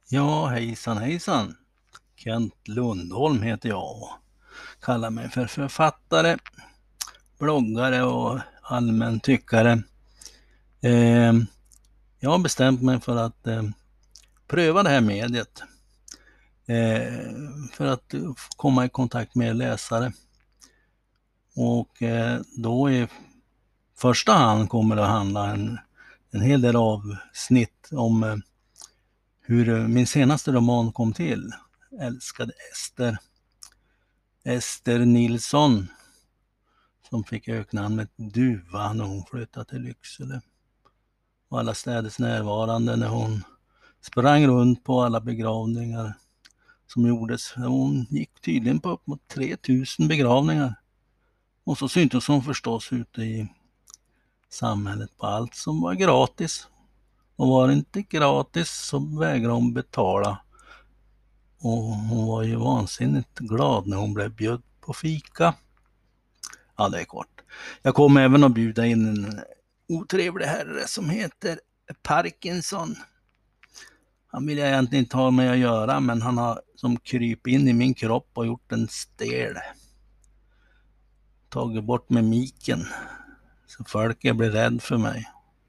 Ja, hejsan hejsan. Kent Lundholm heter jag och kallar mig för författare, bloggare och allmän tyckare. Jag har bestämt mig för att pröva det här mediet för att komma i kontakt med läsare. Och då i första hand kommer det att handla en hel del avsnitt om hur min senaste roman kom till. Älskade Ester Nilsson, som fick öknamnet Duva när hon flyttade till Lycksele. Och alla städers närvarande när hon sprang runt på alla begravningar som gjordes. Hon gick tydligen på upp mot 3000 begravningar. Och så syntes hon förstås ute i samhället på allt som var gratis. Och var det inte gratis så vägrade hon betala. Och hon var ju vansinnigt glad när hon blev bjöd på fika. Ja, det är kort. Jag kommer även att bjuda in en otrevlig herre som heter Parkinson. Han vill jag egentligen inte ha med att göra, men han har som kryp in i min kropp och gjort en stel. Tagit bort mimiken. Så folk blir rädd för mig.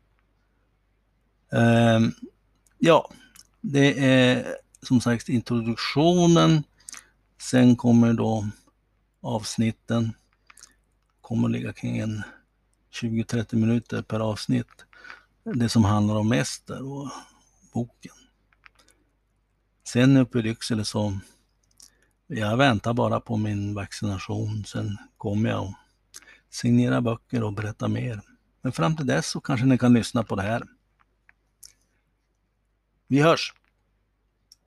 Ja, det är som sagt introduktionen. Sen kommer då avsnitten. Kommer att ligga kring en 20-30 minuter per avsnitt. Det som handlar om Ester och boken. Sen uppe i Lycksele så jag väntar bara på min vaccination. Sen kommer jag och signera böcker och berätta mer. Men fram till dess så kanske ni kan lyssna på det här. Vi hörs!